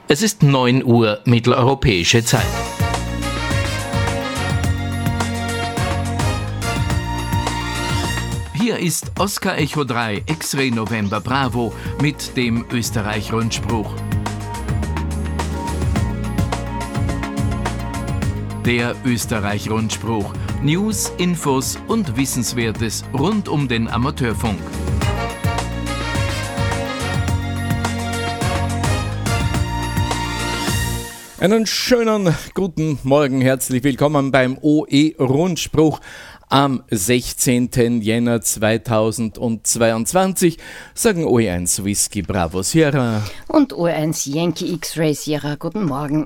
Es ist 9 Uhr mitteleuropäische Zeit. Hier ist Oscar Echo 3 X-Ray November Bravo mit dem Österreich-Rundspruch. Der Österreich-Rundspruch. News, Infos und Wissenswertes rund um den Amateurfunk. Einen schönen guten Morgen, herzlich willkommen beim OE-Rundspruch am 16. Jänner 2022, sagen OE1 Whisky Bravo Sierra und OE1 Yankee X-Ray Sierra, guten Morgen.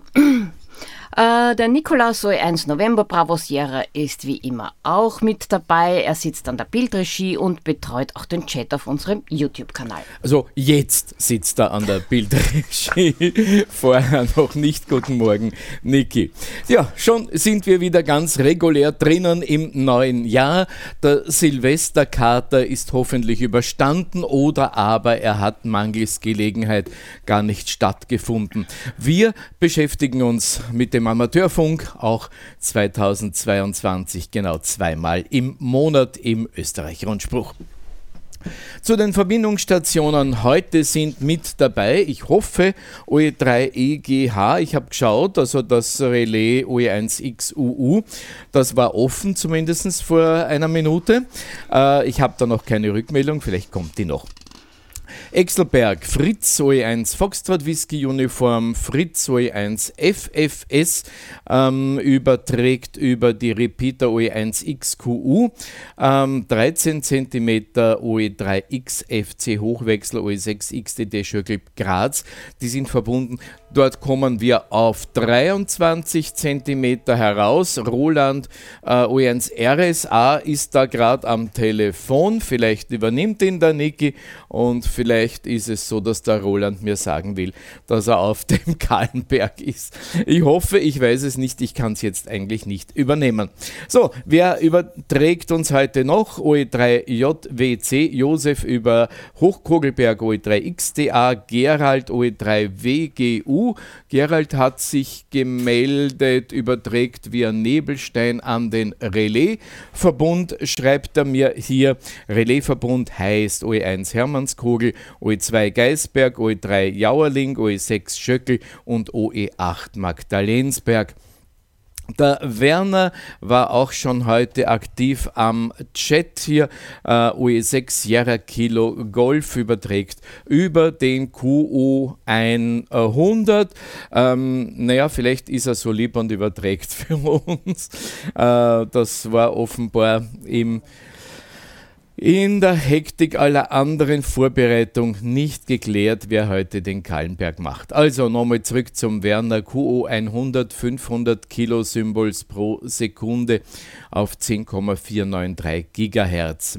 Der Nikolaus OE1 November Bravo Sierra ist wie immer auch mit dabei. Er sitzt an der Bildregie und betreut auch den Chat auf unserem YouTube-Kanal. Also jetzt sitzt er an der Bildregie, vorher noch nicht. Guten Morgen, Niki. Ja, schon sind wir wieder ganz regulär drinnen im neuen Jahr. Der Silvesterkater ist hoffentlich überstanden oder aber er hat mangels Gelegenheit gar nicht stattgefunden. Wir beschäftigen uns mit dem Amateurfunk, auch 2022, genau zweimal im Monat im Österreich-Rundspruch. Zu den Verbindungsstationen heute sind mit dabei, ich hoffe, OE3EGH, ich habe geschaut, also das Relais OE1XUU, das war offen zumindest vor einer Minute. Ich habe da noch keine Rückmeldung, vielleicht kommt die noch. Exelberg, Fritz OE1 Foxtrot Whisky Uniform, Fritz OE1 FFS überträgt über die Repeater OE1 XQU, 13 cm OE3 XFC Hochwechsel OE6 XDD Schöckel Graz, die sind verbunden. Dort kommen wir auf 23 cm heraus. Roland OE1 RSA ist da gerade am Telefon. Vielleicht übernimmt ihn der Niki und vielleicht ist es so, dass der Roland mir sagen will, dass er auf dem Kahlenberg ist. Ich hoffe, ich weiß es nicht, ich kann es jetzt eigentlich nicht übernehmen. So, wer überträgt uns heute noch? OE3JWC, Josef über Hochkogelberg OE3 XDA, Gerald OE3 WGU. Gerald hat sich gemeldet, überträgt via Nebelstein an den Relaisverbund, schreibt er mir hier. Relaisverbund heißt OE1 Hermannskogel, OE2 Geisberg, OE3 Jauerling, OE6 Schöckel und OE8 Magdalensberg. Der Werner war auch schon heute aktiv am Chat hier. OE6 Sierra Kilo Golf überträgt über den QU 100. Vielleicht ist er so lieb und überträgt für uns. Das war offenbar in der Hektik aller anderen Vorbereitung nicht geklärt, wer heute den Kahlenberg macht. Also nochmal zurück zum Werner. QO 100, 500 Kilosymbols pro Sekunde auf 10,493 GHz.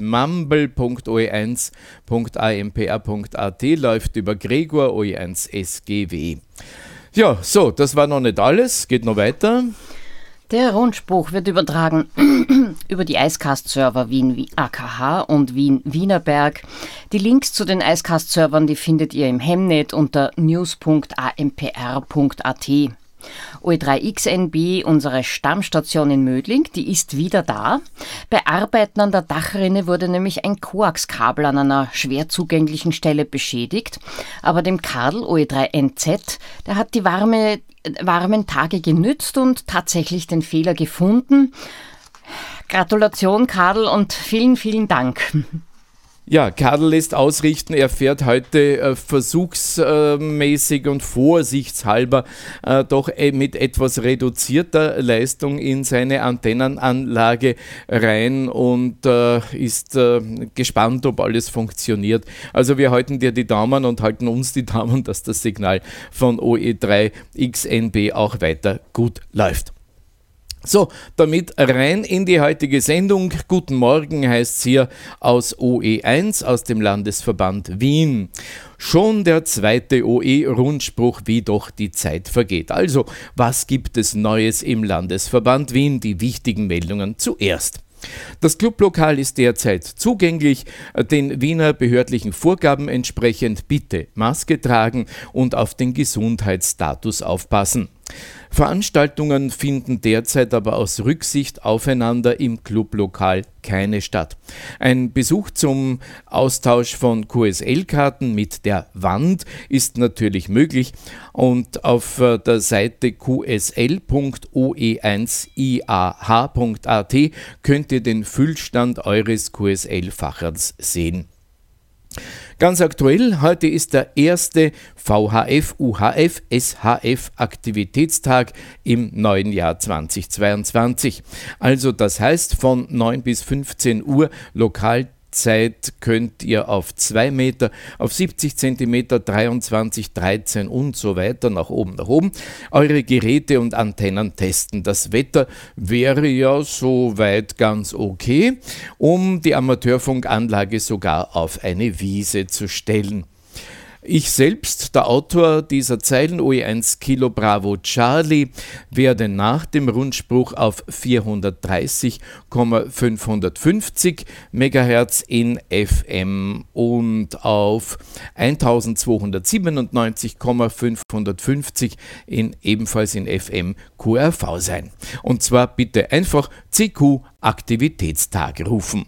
Mumble.oe1.ampr.at läuft über Gregor OE1 SGW. Ja, so, das war noch nicht alles. Geht noch weiter. Der Rundspruch wird übertragen über die Icecast-Server Wien AKH und Wien Wienerberg. Die Links zu den Icecast-Servern, die findet ihr im Hemnet unter news.ampr.at. OE3XNB, unsere Stammstation in Mödling, die ist wieder da. Bei Arbeiten an der Dachrinne wurde nämlich ein Koaxkabel an einer schwer zugänglichen Stelle beschädigt. Aber dem Kadel OE3NZ, der hat die warmen Tage genützt und tatsächlich den Fehler gefunden. Gratulation, Kadel, und vielen, vielen Dank. Ja, Kadel lässt ausrichten, er fährt heute versuchsmäßig und vorsichtshalber doch mit etwas reduzierter Leistung in seine Antennenanlage rein und ist gespannt, ob alles funktioniert. Also wir halten dir die Daumen und halten uns die Daumen, dass das Signal von OE3XNB auch weiter gut läuft. So, damit rein in die heutige Sendung. Guten Morgen heißt es hier aus OE1, aus dem Landesverband Wien. Schon der zweite OE-Rundspruch, wie doch die Zeit vergeht. Also, was gibt es Neues im Landesverband Wien? Die wichtigen Meldungen zuerst. Das Clublokal ist derzeit zugänglich, den Wiener behördlichen Vorgaben entsprechend bitte Maske tragen und auf den Gesundheitsstatus aufpassen. Veranstaltungen finden derzeit aber aus Rücksicht aufeinander im Clublokal keine statt. Ein Besuch zum Austausch von QSL-Karten mit der Wand ist natürlich möglich und auf der Seite qsl.oe1iah.at könnt ihr den Füllstand eures QSL-Fachers sehen. Ganz aktuell, heute ist der erste VHF-UHF-SHF-Aktivitätstag im neuen Jahr 2022. Also das heißt, von 9 bis 15 Uhr Lokalzeit könnt ihr auf 2 Meter, auf 70 Zentimeter, 23, 13 und so weiter nach oben eure Geräte und Antennen testen. Das Wetter wäre ja soweit ganz okay, um die Amateurfunkanlage sogar auf eine Wiese zu stellen. Ich selbst, der Autor dieser Zeilen OE1 Kilo Bravo Charlie, werde nach dem Rundspruch auf 430,550 MHz in FM und auf 1297,550 ebenfalls in FM QRV sein. Und zwar bitte einfach CQ Aktivitätstag rufen.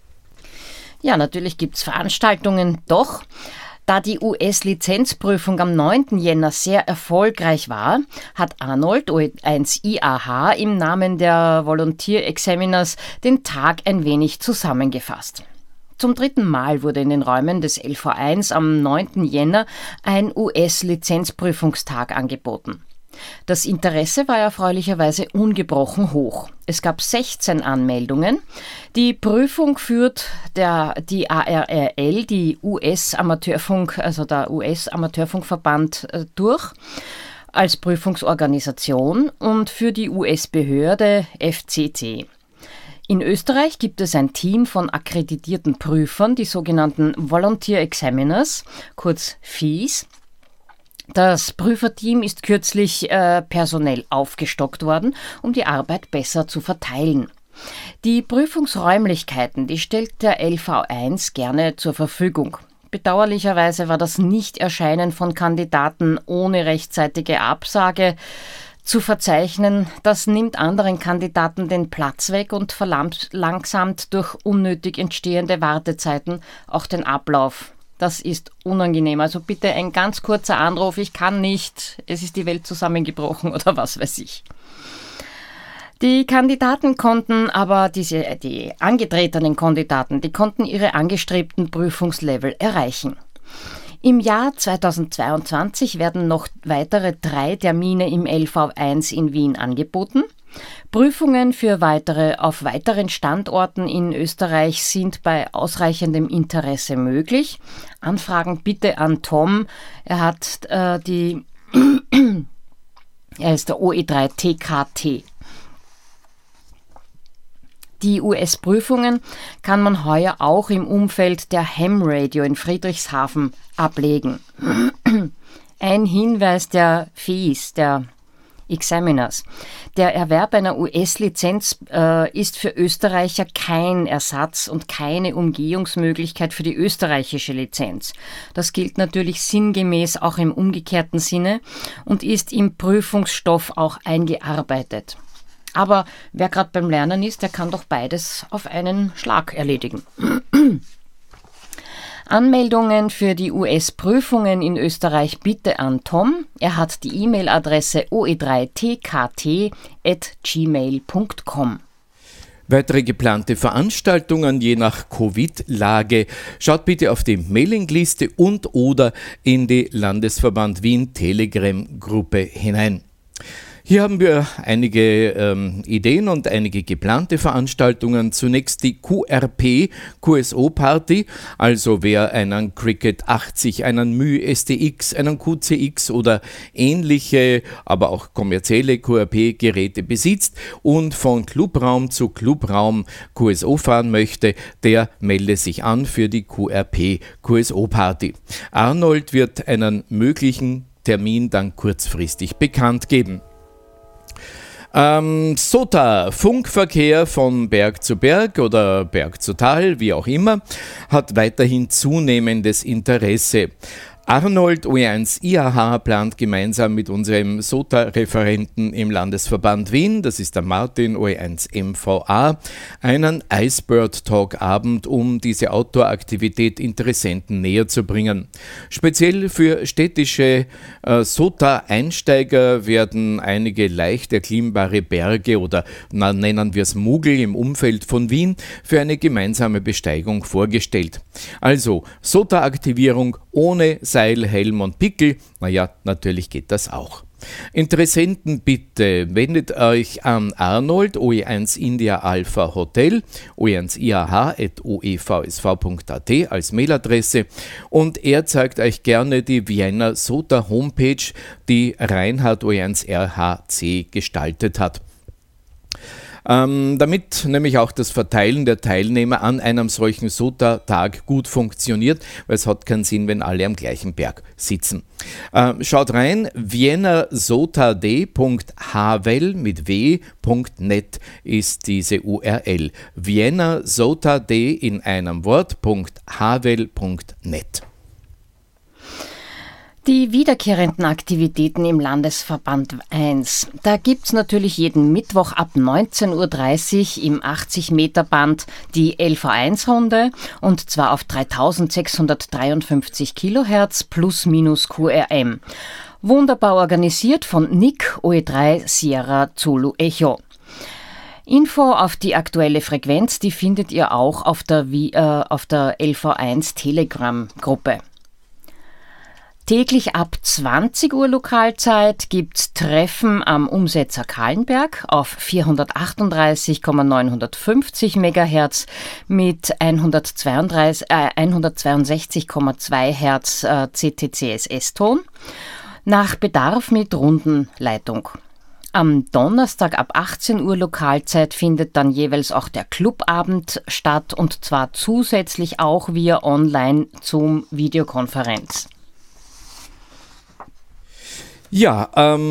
Ja, natürlich gibt es Veranstaltungen, doch. Da die US-Lizenzprüfung am 9. Jänner sehr erfolgreich war, hat Arnold OE1IAH im Namen der Volunteer Examiners den Tag ein wenig zusammengefasst. Zum 3. Mal wurde in den Räumen des LV1 am 9. Jänner ein US-Lizenzprüfungstag angeboten. Das Interesse war erfreulicherweise ungebrochen hoch. Es gab 16 Anmeldungen. Die Prüfung führt die ARRL, die US-Amateurfunk, also der US-Amateurfunkverband, durch als Prüfungsorganisation und für die US-Behörde FCC. In Österreich gibt es ein Team von akkreditierten Prüfern, die sogenannten Volunteer Examiners, kurz VEs. Das Prüferteam ist kürzlich personell aufgestockt worden, um die Arbeit besser zu verteilen. Die Prüfungsräumlichkeiten, die stellt der LV1 gerne zur Verfügung. Bedauerlicherweise war das Nichterscheinen von Kandidaten ohne rechtzeitige Absage zu verzeichnen. Das nimmt anderen Kandidaten den Platz weg und verlangsamt durch unnötig entstehende Wartezeiten auch den Ablauf. Das ist unangenehm. Also bitte ein ganz kurzer Anruf, ich kann nicht, es ist die Welt zusammengebrochen oder was weiß ich. Die Kandidaten konnten aber, die angetretenen Kandidaten, die konnten ihre angestrebten Prüfungslevel erreichen. Im Jahr 2022 werden noch weitere 3 Termine im LV1 in Wien angeboten. Prüfungen auf weiteren Standorten in Österreich sind bei ausreichendem Interesse möglich. Anfragen bitte an Tom. Er ist der OE3 TKT. Die US-Prüfungen kann man heuer auch im Umfeld der Ham Radio in Friedrichshafen ablegen. Ein Hinweis der FEEs, der Examiners. Der Erwerb einer US-Lizenz ist für Österreicher kein Ersatz und keine Umgehungsmöglichkeit für die österreichische Lizenz. Das gilt natürlich sinngemäß auch im umgekehrten Sinne und ist im Prüfungsstoff auch eingearbeitet. Aber wer gerade beim Lernen ist, der kann doch beides auf einen Schlag erledigen. Anmeldungen für die US-Prüfungen in Österreich bitte an Tom. Er hat die E-Mail-Adresse oe3tkt@gmail.com. Weitere geplante Veranstaltungen je nach Covid-Lage. Schaut bitte auf die Mailingliste und/oder in die Landesverband Wien Telegram-Gruppe hinein. Hier haben wir einige Ideen und einige geplante Veranstaltungen. Zunächst die QRP, QSO-Party, also wer einen Cricket 80, einen Mü STX, einen QCX oder ähnliche, aber auch kommerzielle QRP-Geräte besitzt und von Clubraum zu Clubraum QSO fahren möchte, der melde sich an für die QRP, QSO-Party. Arnold wird einen möglichen Termin dann kurzfristig bekannt geben. SOTA, Funkverkehr von Berg zu Berg oder Berg zu Tal, wie auch immer, hat weiterhin zunehmendes Interesse. Arnold OE1 IAH plant gemeinsam mit unserem SOTA-Referenten im Landesverband Wien, das ist der Martin OE1 MVA, einen Icebird-Talk-Abend, um diese Outdoor-Aktivität Interessenten näher zu bringen. Speziell für städtische SOTA-Einsteiger werden einige leicht erklimmbare Berge oder nennen wir es Mugel im Umfeld von Wien für eine gemeinsame Besteigung vorgestellt. Also SOTA-Aktivierung ohne Seil, Helm und Pickel, naja, natürlich geht das auch. Interessenten bitte wendet euch an Arnold, OE1 India Alpha Hotel, oe1iah@oevsv.at als Mailadresse und er zeigt euch gerne die Vienna SOTA Homepage, die Reinhard OE1 RHC gestaltet hat. Damit nämlich auch das Verteilen der Teilnehmer an einem solchen SOTA-Tag gut funktioniert, weil es hat keinen Sinn, wenn alle am gleichen Berg sitzen. Schaut rein, viennasotad.havel mit w.net ist diese URL. viennasotad in einem Wort.havel.net. Die wiederkehrenden Aktivitäten im Landesverband 1. Da gibt es natürlich jeden Mittwoch ab 19.30 Uhr im 80-Meter-Band die LV1-Runde und zwar auf 3653 Kilohertz plus minus QRM. Wunderbar organisiert von Nick OE3 Sierra Zulu Echo. Info auf die aktuelle Frequenz, die findet ihr auch auf der LV1 Telegram-Gruppe. Täglich ab 20 Uhr Lokalzeit gibt's Treffen am Umsetzer Kahlenberg auf 438,950 MHz mit 162,2 Hertz CTCSS-Ton, nach Bedarf mit Rundenleitung. Am Donnerstag ab 18 Uhr Lokalzeit findet dann jeweils auch der Clubabend statt und zwar zusätzlich auch via Online-Zoom-Videokonferenz. Ja,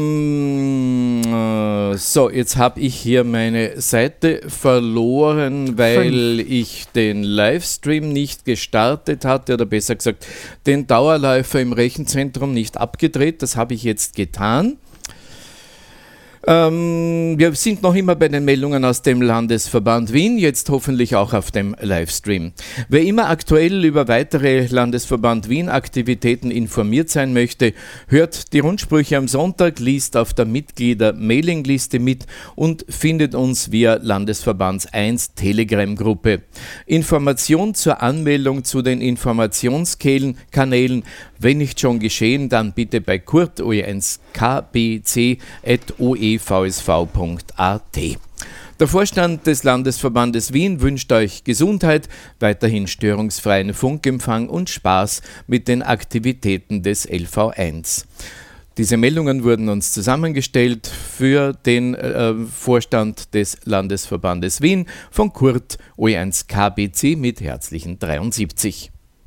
so, jetzt habe ich hier meine Seite verloren, weil ich den Livestream nicht gestartet hatte oder besser gesagt den Dauerläufer im Rechenzentrum nicht abgedreht. Das habe ich jetzt getan. Wir sind noch immer bei den Meldungen aus dem Landesverband Wien, jetzt hoffentlich auch auf dem Livestream. Wer immer aktuell über weitere Landesverband Wien-Aktivitäten informiert sein möchte, hört die Rundsprüche am Sonntag, liest auf der Mitglieder-Mailingliste mit und findet uns via Landesverbands 1 Telegram-Gruppe. Information zur Anmeldung zu den Informationskanälen, wenn nicht schon geschehen, dann bitte bei Kurt OE1 kbc@oevsv.at. Der Vorstand des Landesverbandes Wien wünscht euch Gesundheit, weiterhin störungsfreien Funkempfang und Spaß mit den Aktivitäten des LV1. Diese Meldungen wurden uns zusammengestellt für den Vorstand des Landesverbandes Wien von Kurt OE1 kbc mit herzlichen 73.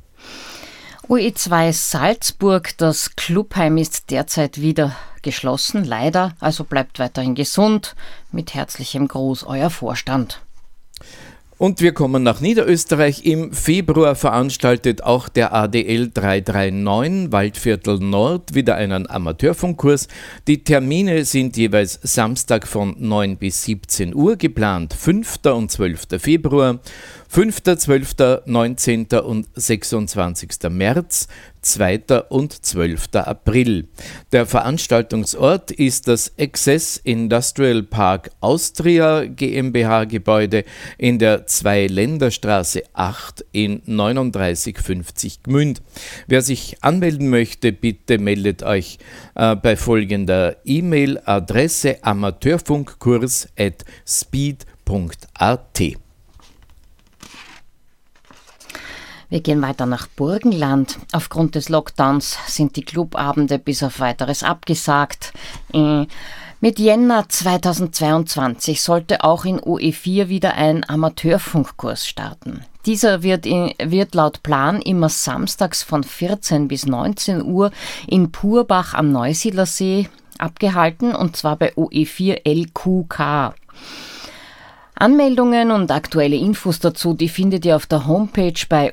OE2 Salzburg, das Clubheim ist derzeit wieder geschlossen, leider, also bleibt weiterhin gesund. Mit herzlichem Gruß, euer Vorstand. Und wir kommen nach Niederösterreich. Im Februar veranstaltet auch der ADL 339 Waldviertel Nord wieder einen Amateurfunkkurs. Die Termine sind jeweils Samstag von 9 bis 17 Uhr geplant, 5. und 12. Februar, 5., 12., 19. und 26. März, 2. und 12. April. Der Veranstaltungsort ist das Access Industrial Park Austria GmbH Gebäude in der Zweiländerstraße 8 in 3950 Gmünd. Wer sich anmelden möchte, bitte meldet euch bei folgender E-Mail-Adresse amateurfunkkurs@speed.at. Wir gehen weiter nach Burgenland. Aufgrund des Lockdowns sind die Clubabende bis auf Weiteres abgesagt. Mit Jänner 2022 sollte auch in OE4 wieder ein Amateurfunkkurs starten. Dieser wird laut Plan immer samstags von 14 bis 19 Uhr in Purbach am Neusiedlersee abgehalten, und zwar bei OE4LQK. Anmeldungen und aktuelle Infos dazu, die findet ihr auf der Homepage bei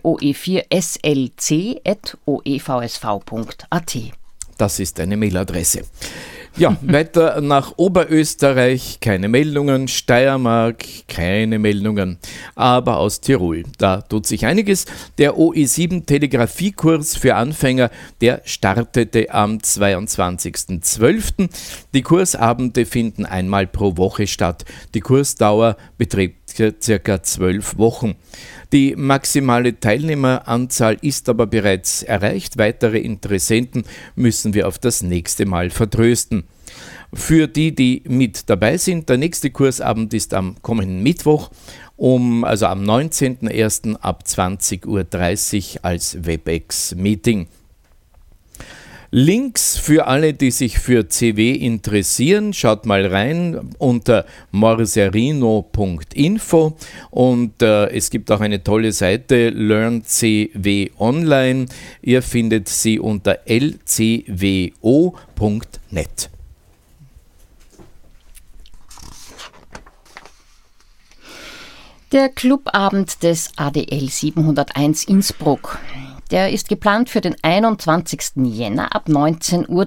oe4slc@oevsv.at. Das ist eine Mailadresse. Ja, weiter nach Oberösterreich, keine Meldungen, Steiermark, keine Meldungen, aber aus Tirol, da tut sich einiges. Der OE7 Telegrafiekurs für Anfänger, der startete am 22.12. Die Kursabende finden einmal pro Woche statt. Die Kursdauer beträgt circa 12 Wochen. Die maximale Teilnehmeranzahl ist aber bereits erreicht. Weitere Interessenten müssen wir auf das nächste Mal vertrösten. Für die mit dabei sind, der nächste Kursabend ist am kommenden Mittwoch, also am 19.01. ab 20.30 Uhr als WebEx-Meeting. Links für alle, die sich für CW interessieren, schaut mal rein unter morserino.info und es gibt auch eine tolle Seite LearnCW Online. Ihr findet sie unter lcwo.net. Der Clubabend des ADL 701 Innsbruck. Der ist geplant für den 21. Jänner ab 19.30 Uhr.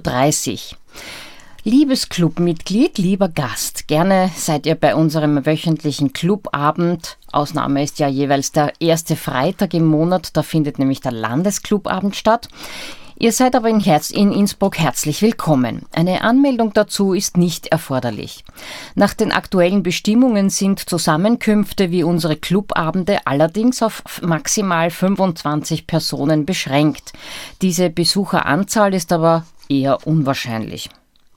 Liebes Clubmitglied, lieber Gast, gerne seid ihr bei unserem wöchentlichen Clubabend. Ausnahme ist ja jeweils der erste Freitag im Monat, da findet nämlich der Landesclubabend statt. Ihr seid aber in Innsbruck herzlich willkommen. Eine Anmeldung dazu ist nicht erforderlich. Nach den aktuellen Bestimmungen sind Zusammenkünfte wie unsere Clubabende allerdings auf maximal 25 Personen beschränkt. Diese Besucheranzahl ist aber eher unwahrscheinlich.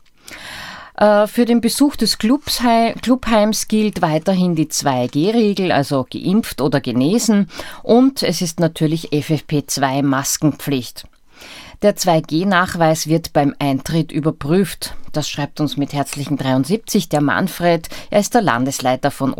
Für den Besuch des Clubheims gilt weiterhin die 2G-Regel, also geimpft oder genesen, und es ist natürlich FFP2-Maskenpflicht. Der 2G-Nachweis wird beim Eintritt überprüft. Das schreibt uns mit herzlichen 73 der Manfred. Er ist der Landesleiter von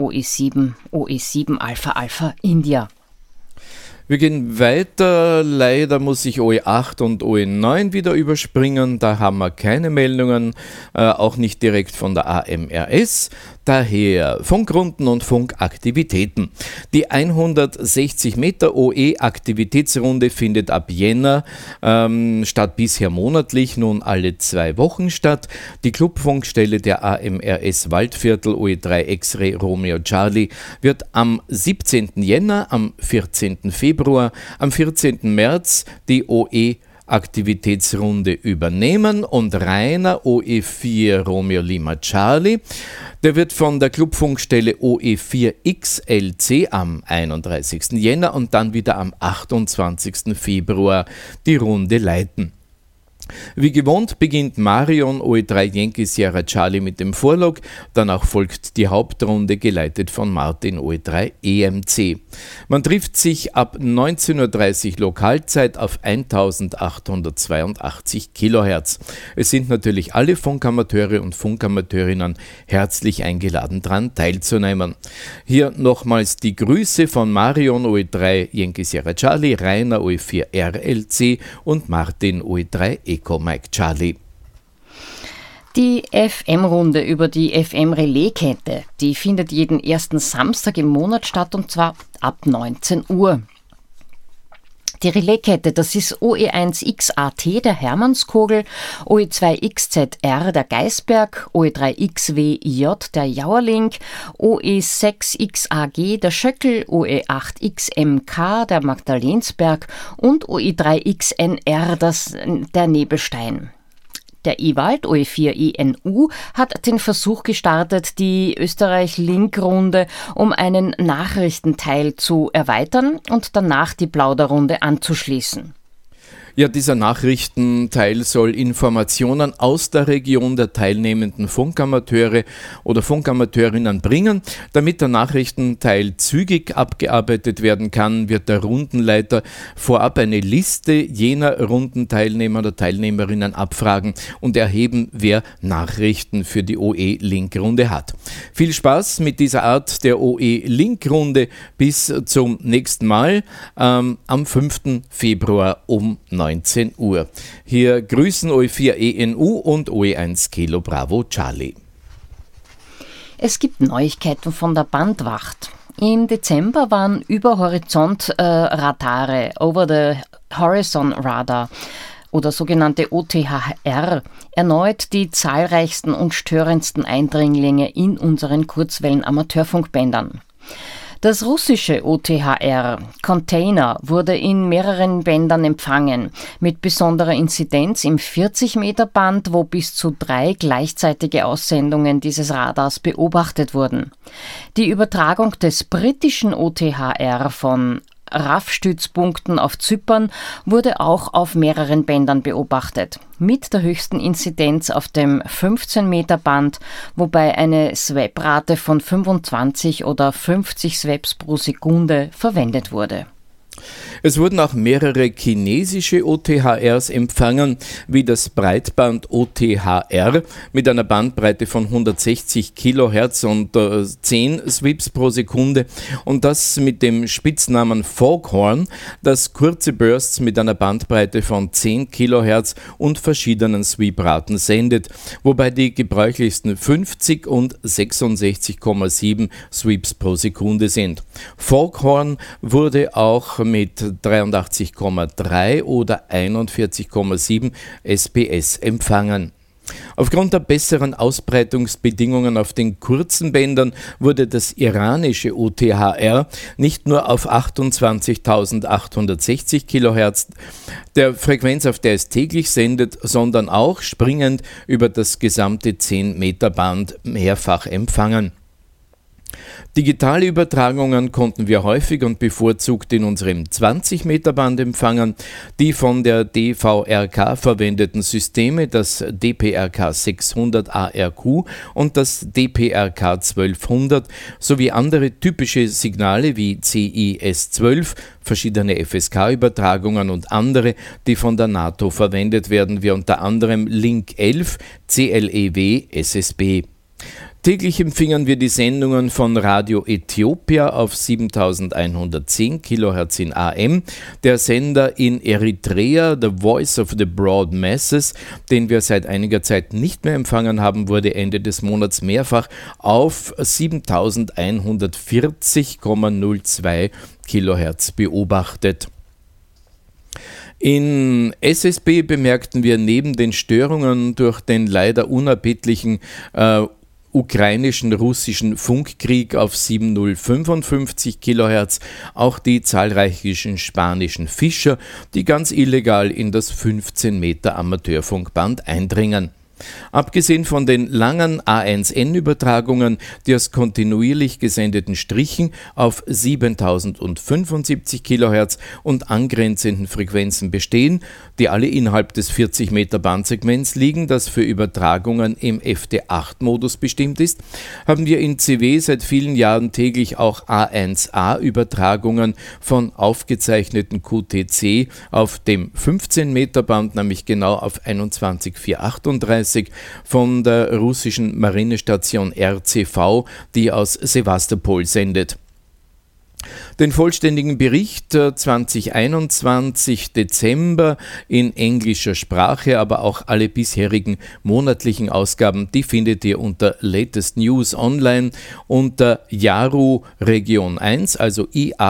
OE7 Alpha Alpha India. Wir gehen weiter. Leider muss ich OE8 und OE9 wieder überspringen. Da haben wir keine Meldungen, auch nicht direkt von der AMRS. Daher Funkrunden und Funkaktivitäten. Die 160 Meter OE-Aktivitätsrunde findet ab Jänner statt bisher monatlich, nun alle 2 Wochen statt. Die Clubfunkstelle der AMRS Waldviertel OE3 X-Ray Romeo Charlie wird am 17. Jänner, am 14. Februar, am 14. März die OE-Aktivitätsrunde übernehmen und Rainer OE4 Romeo Lima Charlie, der wird von der Clubfunkstelle OE4XLC am 31. Jänner und dann wieder am 28. Februar die Runde leiten. Wie gewohnt beginnt Marion OE3 Yankee Sierra Charlie mit dem Vorlog, danach folgt die Hauptrunde, geleitet von Martin OE3 EMC. Man trifft sich ab 19.30 Uhr Lokalzeit auf 1882 Kilohertz. Es sind natürlich alle Funkamateure und Funkamateurinnen herzlich eingeladen, daran teilzunehmen. Hier nochmals die Grüße von Marion OE3 Yankee Sierra Charlie, Rainer OE4 RLC und Martin OE3 Eco Mike Charlie. Die FM-Runde über die FM-Relaiskette, die findet jeden ersten Samstag im Monat statt, und zwar ab 19 Uhr. Die Relaiskette, das ist OE1XAT der Hermannskogel, OE2XZR der Geisberg, OE3XWJ der Jauerling, OE6XAG der Schöckel, OE8XMK der Magdalensberg und OE3XNR der Nebelstein. Der Ewald OE4ENU hat den Versuch gestartet, die Österreich-Link-Runde um einen Nachrichtenteil zu erweitern und danach die Plauderrunde anzuschließen. Ja, dieser Nachrichtenteil soll Informationen aus der Region der teilnehmenden Funkamateure oder Funkamateurinnen bringen. Damit der Nachrichtenteil zügig abgearbeitet werden kann, wird der Rundenleiter vorab eine Liste jener Rundenteilnehmer oder Teilnehmerinnen abfragen und erheben, wer Nachrichten für die OE-Link-Runde hat. Viel Spaß mit dieser Art der OE-Link-Runde. Bis zum nächsten Mal am 5. Februar um 19 Uhr. Hier grüßen OE4 ENU und OE1 Kilo Bravo Charlie. Es gibt Neuigkeiten von der Bandwacht. Im Dezember waren über Horizont-Radare, Over the Horizon Radar oder sogenannte OTHR, erneut die zahlreichsten und störendsten Eindringlinge in unseren Kurzwellen-Amateurfunkbändern. Das russische OTHR Container wurde in mehreren Bändern empfangen, mit besonderer Inzidenz im 40-Meter-Band, wo bis zu 3 gleichzeitige Aussendungen dieses Radars beobachtet wurden. Die Übertragung des britischen OTHR von RAF-Stützpunkten auf Zypern wurde auch auf mehreren Bändern beobachtet, mit der höchsten Inzidenz auf dem 15-Meter-Band, wobei eine Swaprate von 25 oder 50 Swaps pro Sekunde verwendet wurde. Es wurden auch mehrere chinesische OTHRs empfangen, wie das Breitband OTHR mit einer Bandbreite von 160 Kilohertz und 10 Sweeps pro Sekunde und das mit dem Spitznamen Foghorn, das kurze Bursts mit einer Bandbreite von 10 Kilohertz und verschiedenen Sweepraten sendet, wobei die gebräuchlichsten 50 und 66,7 Sweeps pro Sekunde sind. Foghorn wurde auch mit 83,3 oder 41,7 SPS empfangen. Aufgrund der besseren Ausbreitungsbedingungen auf den kurzen Bändern wurde das iranische OTHR nicht nur auf 28.860 Kilohertz, der Frequenz, auf der es täglich sendet, sondern auch springend über das gesamte 10-Meter-Band mehrfach empfangen. Digitale Übertragungen konnten wir häufig und bevorzugt in unserem 20-Meter-Band empfangen. Die von der DVRK verwendeten Systeme, das DPRK 600 ARQ und das DPRK 1200 sowie andere typische Signale wie CIS-12, verschiedene FSK-Übertragungen und andere, die von der NATO verwendet werden, wie unter anderem Link 11, CLEW, SSB. Täglich empfingen wir die Sendungen von Radio Äthiopia auf 7110 kHz in AM, der Sender in Eritrea, The Voice of the Broad Masses, den wir seit einiger Zeit nicht mehr empfangen haben, wurde Ende des Monats mehrfach auf 7140,02 kHz beobachtet. In SSB bemerkten wir neben den Störungen durch den leider unerbittlichen ukrainischen-russischen Funkkrieg auf 7055 kHz, auch die zahlreichen spanischen Fischer, die ganz illegal in das 15 Meter Amateurfunkband eindringen. Abgesehen von den langen A1N-Übertragungen, die aus kontinuierlich gesendeten Strichen auf 7075 kHz und angrenzenden Frequenzen bestehen, die alle innerhalb des 40 Meter Bandsegments liegen, das für Übertragungen im FD8-Modus bestimmt ist, haben wir in CW seit vielen Jahren täglich auch A1A-Übertragungen von aufgezeichneten QTC auf dem 15 Meter Band, nämlich genau auf 21438, von der russischen Marinestation RCV, die aus Sewastopol sendet. Den vollständigen Bericht 2021 Dezember in englischer Sprache, aber auch alle bisherigen monatlichen Ausgaben, die findet ihr unter Latest News online unter IARU Region 1, also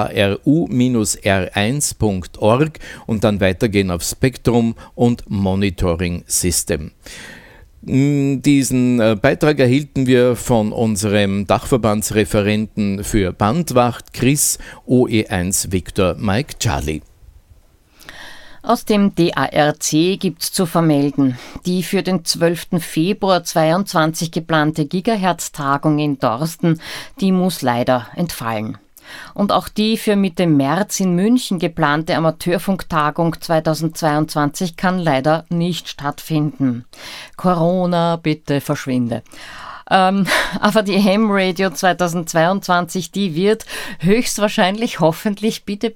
iaru-r1.org und dann weitergehen auf Spektrum und Monitoring System. Diesen Beitrag erhielten wir von unserem Dachverbandsreferenten für Bandwacht, Chris, OE1 Victor Mike Charlie. Aus dem DARC gibt's zu vermelden, die für den 12. Februar 2022 geplante Gigahertz-Tagung in Dorsten, die muss leider entfallen. Und auch die für Mitte März in München geplante Amateurfunktagung 2022 kann leider nicht stattfinden. Corona, bitte verschwinde. Aber die Ham Radio 2022, die wird höchstwahrscheinlich, hoffentlich, bitte,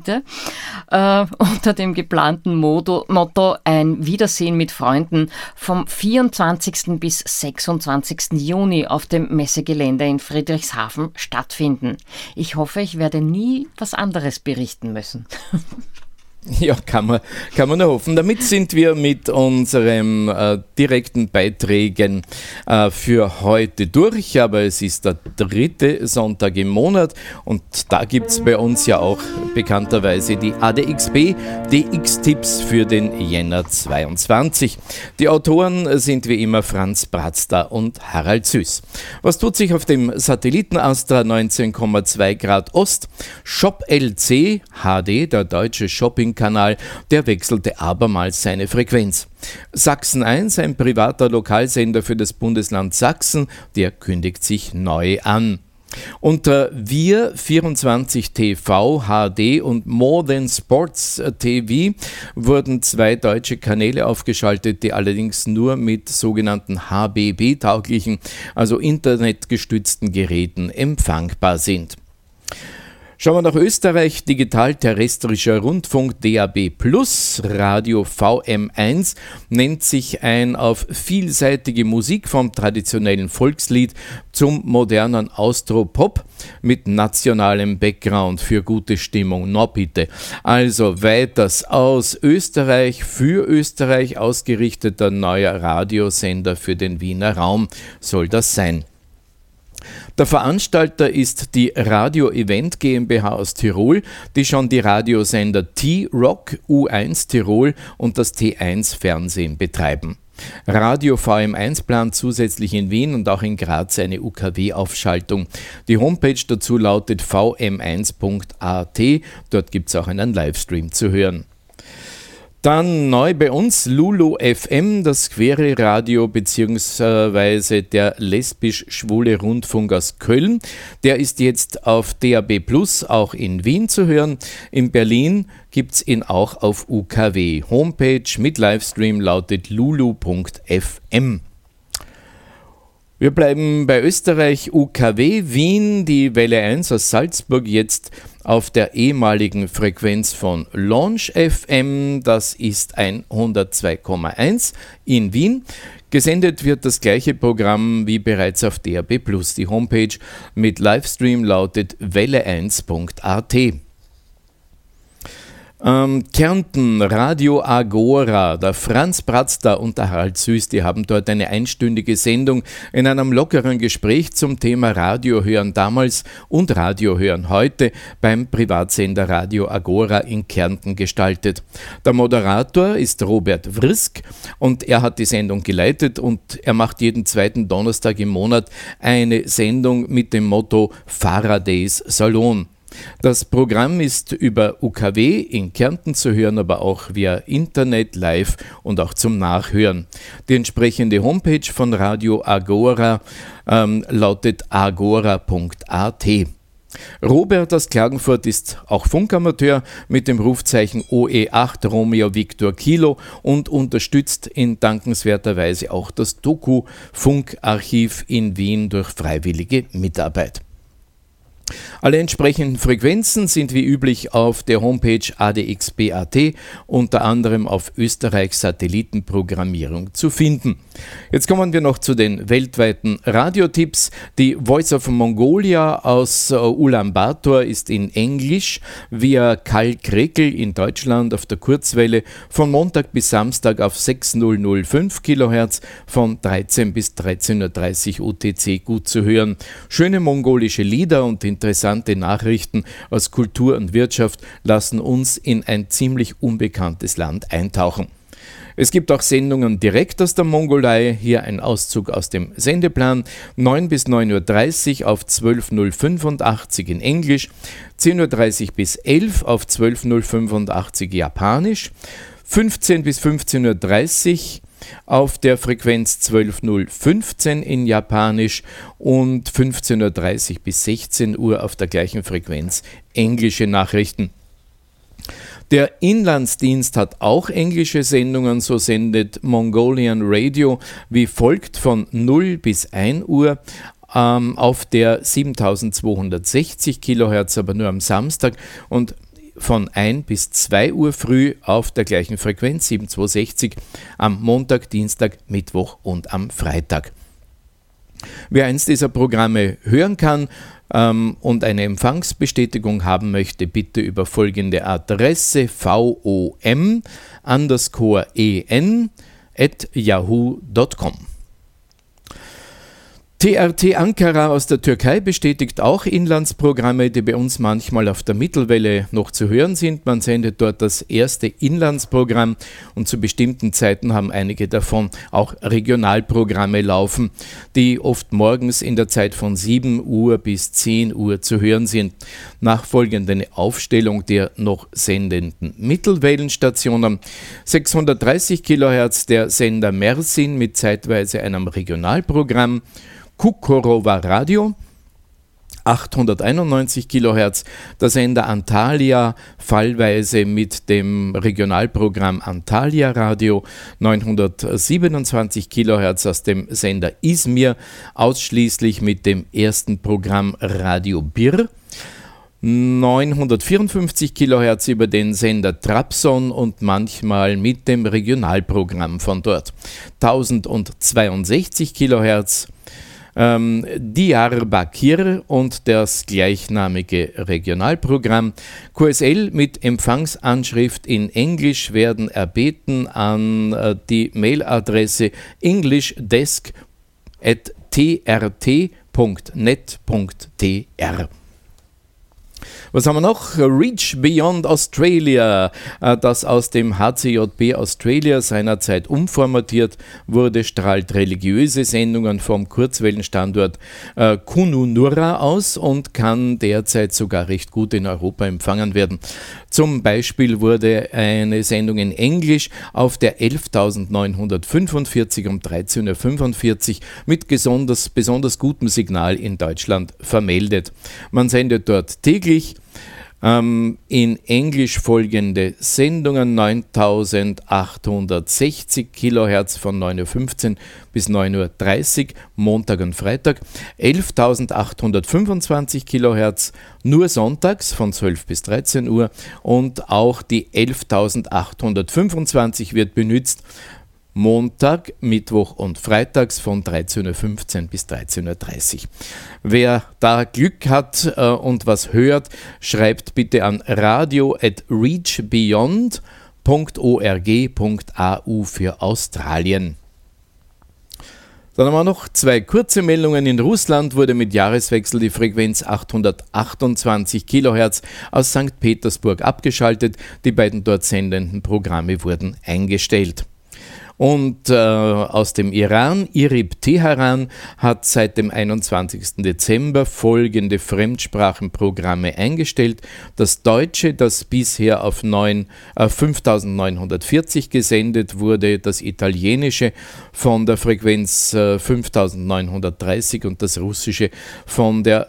unter dem geplanten Motto ein Wiedersehen mit Freunden vom 24. bis 26. Juni auf dem Messegelände in Friedrichshafen stattfinden. Ich hoffe, ich werde nie was anderes berichten müssen. Ja, kann man nur hoffen. Damit sind wir mit unseren direkten Beiträgen für heute durch, aber es ist der 3. Sonntag im Monat und da gibt es bei uns ja auch bekannterweise die ADXB DX-Tipps für den Jänner 22. Die Autoren sind wie immer Franz Brazda und Harald Süß. Was tut sich auf dem Satelliten Astra 19,2 Grad Ost? Shop LC HD, der deutsche Shopping-Kanal, der wechselte abermals seine Frequenz. Sachsen 1, ein privater Lokalsender für das Bundesland Sachsen, der kündigt sich neu an. Unter Wir24 TV HD und More Than Sports TV wurden 2 deutsche Kanäle aufgeschaltet, die allerdings nur mit sogenannten HBB-tauglichen, also internetgestützten Geräten empfangbar sind. Schauen wir nach Österreich, digital-terrestrischer Rundfunk DAB+, Radio VM1 nennt sich ein auf vielseitige Musik vom traditionellen Volkslied zum modernen Austropop mit nationalem Background für gute Stimmung. Na bitte. Also weiters aus Österreich, für Österreich ausgerichteter neuer Radiosender für den Wiener Raum soll das sein. Der Veranstalter ist die Radio Event GmbH aus Tirol, die schon die Radiosender T-Rock, U1 Tirol und das T1 Fernsehen betreiben. Radio VM1 plant zusätzlich in Wien und auch in Graz eine UKW-Aufschaltung. Die Homepage dazu lautet vm1.at, dort gibt es auch einen Livestream zu hören. Dann neu bei uns Lulu FM, das queere Radio bzw. der lesbisch-schwule Rundfunk aus Köln. Der ist jetzt auf DAB+ auch in Wien zu hören. In Berlin gibt es ihn auch auf UKW. Homepage mit Livestream lautet lulu.fm. Wir bleiben bei Österreich, UKW Wien, die Welle 1 aus Salzburg jetzt auf der ehemaligen Frequenz von Launch FM, das ist 102,1 in Wien. Gesendet wird das gleiche Programm wie bereits auf DAB+. Die Homepage mit Livestream lautet welle1.at. Kärnten, Radio Agora, der Franz Brazda und der Harald Süß, die haben dort eine einstündige Sendung in einem lockeren Gespräch zum Thema Radiohören damals und Radiohören heute beim Privatsender Radio Agora in Kärnten gestaltet. Der Moderator ist Robert Wrisk und er hat die Sendung geleitet und er macht jeden 2. Donnerstag im Monat eine Sendung mit dem Motto Faradays Salon. Das Programm ist über UKW in Kärnten zu hören, aber auch via Internet, live und auch zum Nachhören. Die entsprechende Homepage von Radio Agora lautet agora.at. Robert aus Klagenfurt ist auch Funkamateur mit dem Rufzeichen OE8 Romeo Victor Kilo und unterstützt in dankenswerter Weise auch das Doku-Funkarchiv in Wien durch freiwillige Mitarbeit. Alle entsprechenden Frequenzen sind wie üblich auf der Homepage ADXB.at, unter anderem auf Österreichs Satellitenprogrammierung zu finden. Jetzt kommen wir noch zu den weltweiten Radiotipps. Die Voice of Mongolia aus Ulaanbaatar ist in Englisch via Karl Krekel in Deutschland auf der Kurzwelle von Montag bis Samstag auf 6005 kHz von 13 bis 13.30 Uhr UTC gut zu hören. Schöne mongolische Lieder und interessante Nachrichten aus Kultur und Wirtschaft lassen uns in ein ziemlich unbekanntes Land eintauchen. Es gibt auch Sendungen direkt aus der Mongolei, hier ein Auszug aus dem Sendeplan, 9 bis 9.30 Uhr auf 12.085 in Englisch, 10.30 Uhr bis 11 Uhr auf 12.085 Japanisch, 15 bis 15.30 Uhr auf der Frequenz 12.015 in Japanisch und 15.30 Uhr bis 16 Uhr auf der gleichen Frequenz englische Nachrichten. Der Inlandsdienst hat auch englische Sendungen, so sendet Mongolian Radio wie folgt von 0 bis 1 Uhr auf der 7260 kHz, aber nur am Samstag und von 1 bis 2 Uhr früh auf der gleichen Frequenz 7260 am Montag, Dienstag, Mittwoch und am Freitag. Wer eins dieser Programme hören kann, und eine Empfangsbestätigung haben möchte, bitte über folgende Adresse vom_en@yahoo.com. TRT Ankara aus der Türkei bestätigt auch Inlandsprogramme, die bei uns manchmal auf der Mittelwelle noch zu hören sind. Man sendet dort das erste Inlandsprogramm und zu bestimmten Zeiten haben einige davon auch Regionalprogramme laufen, die oft morgens in der Zeit von 7 Uhr bis 10 Uhr zu hören sind. Nachfolgend eine Aufstellung der noch sendenden Mittelwellenstationen. 630 kHz der Sender Mersin mit zeitweise einem Regionalprogramm. Cukurova Radio, 891 kHz, der Sender Antalya, fallweise mit dem Regionalprogramm Antalya Radio, 927 kHz aus dem Sender Izmir, ausschließlich mit dem ersten Programm Radio Bir, 954 kHz über den Sender Trabzon und manchmal mit dem Regionalprogramm von dort, 1062 kHz, Diyarbakir und das gleichnamige Regionalprogramm. QSL mit Empfangsanschrift in Englisch werden erbeten an die Mailadresse englishdesk@trt.net.tr. Was haben wir noch? Reach Beyond Australia, das aus dem HCJB Australia seinerzeit umformatiert wurde, strahlt religiöse Sendungen vom Kurzwellenstandort Kununurra aus und kann derzeit sogar recht gut in Europa empfangen werden. Zum Beispiel wurde eine Sendung in Englisch auf der 11.945 um 13.45 Uhr mit besonders gutem Signal in Deutschland vermeldet. Man sendet dort täglich in Englisch folgende Sendungen: 9.860 kHz von 9.15 Uhr bis 9.30 Uhr, Montag und Freitag, 11.825 kHz nur sonntags von 12 bis 13 Uhr und auch die 11.825 wird benutzt Montag, Mittwoch und Freitags von 13.15 Uhr bis 13.30 Uhr. Wer da Glück hat und was hört, schreibt bitte an radio@reachbeyond.org.au für Australien. Dann haben wir noch zwei kurze Meldungen. In Russland wurde mit Jahreswechsel die Frequenz 828 kHz aus St. Petersburg abgeschaltet. Die beiden dort sendenden Programme wurden eingestellt. Und aus dem Iran, IRIB Teheran hat seit dem 21. Dezember folgende Fremdsprachenprogramme eingestellt. Das Deutsche, das bisher auf 5940 gesendet wurde, das Italienische von der Frequenz 5930 und das Russische von der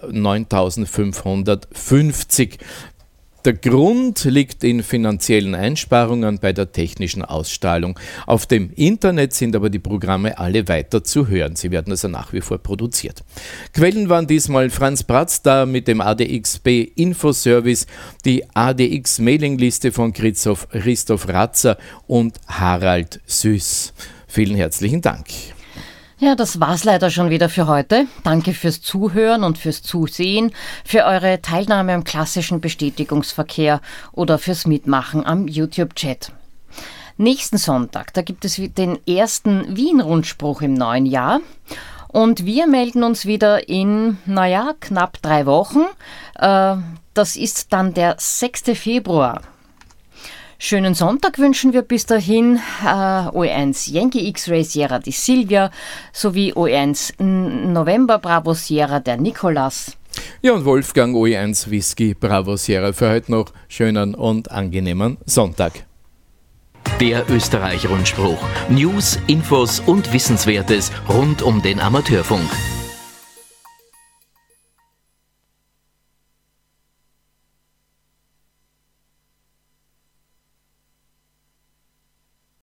9550. Der Grund liegt in finanziellen Einsparungen bei der technischen Ausstrahlung. Auf dem Internet sind aber die Programme alle weiter zu hören. Sie werden also nach wie vor produziert. Quellen waren diesmal Franz Bratz da mit dem ADXB Infoservice, die ADX Mailingliste von Christoph Ratzer und Harald Süß. Vielen herzlichen Dank. Ja, das war's leider schon wieder für heute. Danke fürs Zuhören und fürs Zusehen, für eure Teilnahme am klassischen Bestätigungsverkehr oder fürs Mitmachen am YouTube-Chat. Nächsten Sonntag, da gibt es den ersten Wien-Rundspruch im neuen Jahr. Und wir melden uns wieder in, knapp 3 Wochen. Das ist dann der 6. Februar. Schönen Sonntag wünschen wir bis dahin. OE1 Yankee X-Ray Sierra die Silvia sowie OE1 November Bravo Sierra der Nikolas. Ja, und Wolfgang OE1 Whisky Bravo Sierra für heute noch schönen und angenehmen Sonntag. Der Österreich-Rundspruch. News, Infos und Wissenswertes rund um den Amateurfunk.